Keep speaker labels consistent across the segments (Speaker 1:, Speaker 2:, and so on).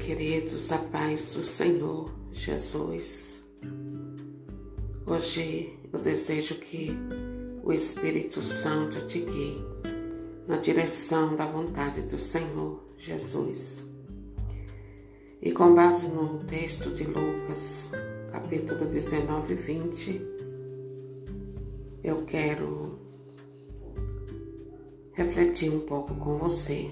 Speaker 1: queridos, a paz do Senhor Jesus. Hoje eu desejo que o Espírito Santo te guie na direção da vontade do Senhor Jesus. E com base no texto de Lucas, capítulo 19 e 20, eu quero refletir um pouco com você.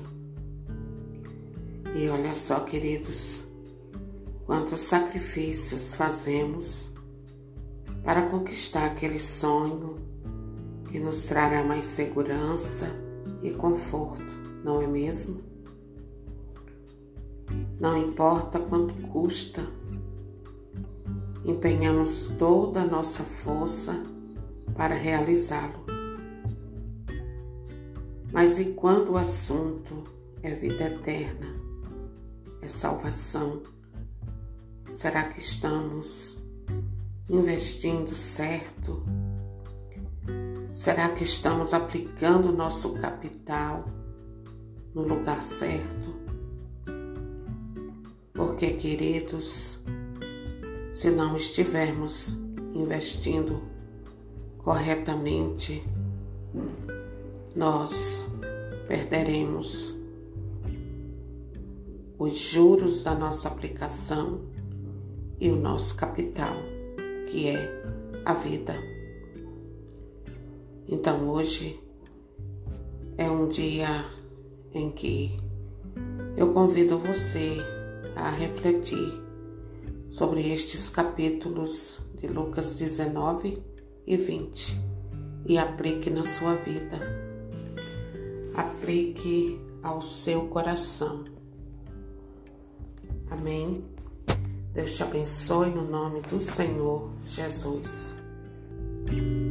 Speaker 1: E olha só, queridos, quantos sacrifícios fazemos para conquistar aquele sonho que nos trará mais segurança e conforto, não é mesmo? Não importa quanto custa, empenhamos toda a nossa força para realizá-lo. Mas e quando o assunto é vida eterna, é salvação? Será que estamos investindo certo? Será que estamos aplicando o nosso capital no lugar certo? Porque, queridos, se não estivermos investindo corretamente, nós perderemos os juros da nossa aplicação e o nosso capital, que é a vida. Então hoje é um dia em que eu convido você a refletir sobre estes capítulos de Lucas 19 e 20 e aplique na sua vida, aplique ao seu coração. Amém? Deus te abençoe no nome do Senhor Jesus.